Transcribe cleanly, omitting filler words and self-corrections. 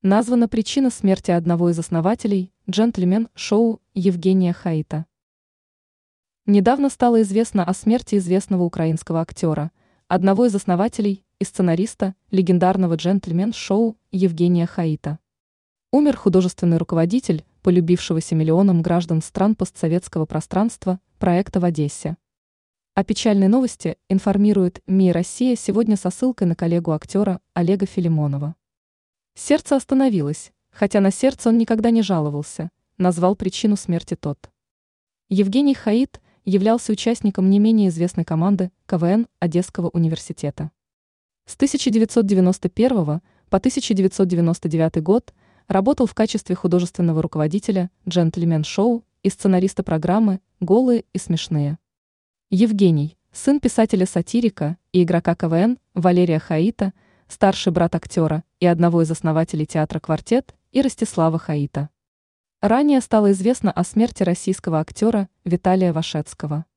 Названа причина смерти одного из основателей джентльмен-шоу Евгения Хаита. Недавно стало известно о смерти известного украинского актера, одного из основателей и сценариста легендарного джентльмен-шоу Евгения Хаита. Умер художественный руководитель полюбившегося миллионам граждан стран постсоветского пространства проекта в Одессе. О печальной новости информирует МИ «Россия» сегодня со ссылкой на коллегу актера Олега Филимонова. Сердце остановилось, хотя на сердце он никогда не жаловался, назвал причину смерти тот. Евгений Хаит являлся участником не менее известной команды КВН Одесского университета. С 1991 по 1999 год работал в качестве художественного руководителя джентльмен-шоу и сценариста программы «Голые и смешные». Евгений, сын писателя-сатирика и игрока КВН Валерия Хаита, старший брат актера и одного из основателей театра «Квартет» и Ростислава Хаита. Ранее стало известно о смерти российского актера Виталия Вашецкого.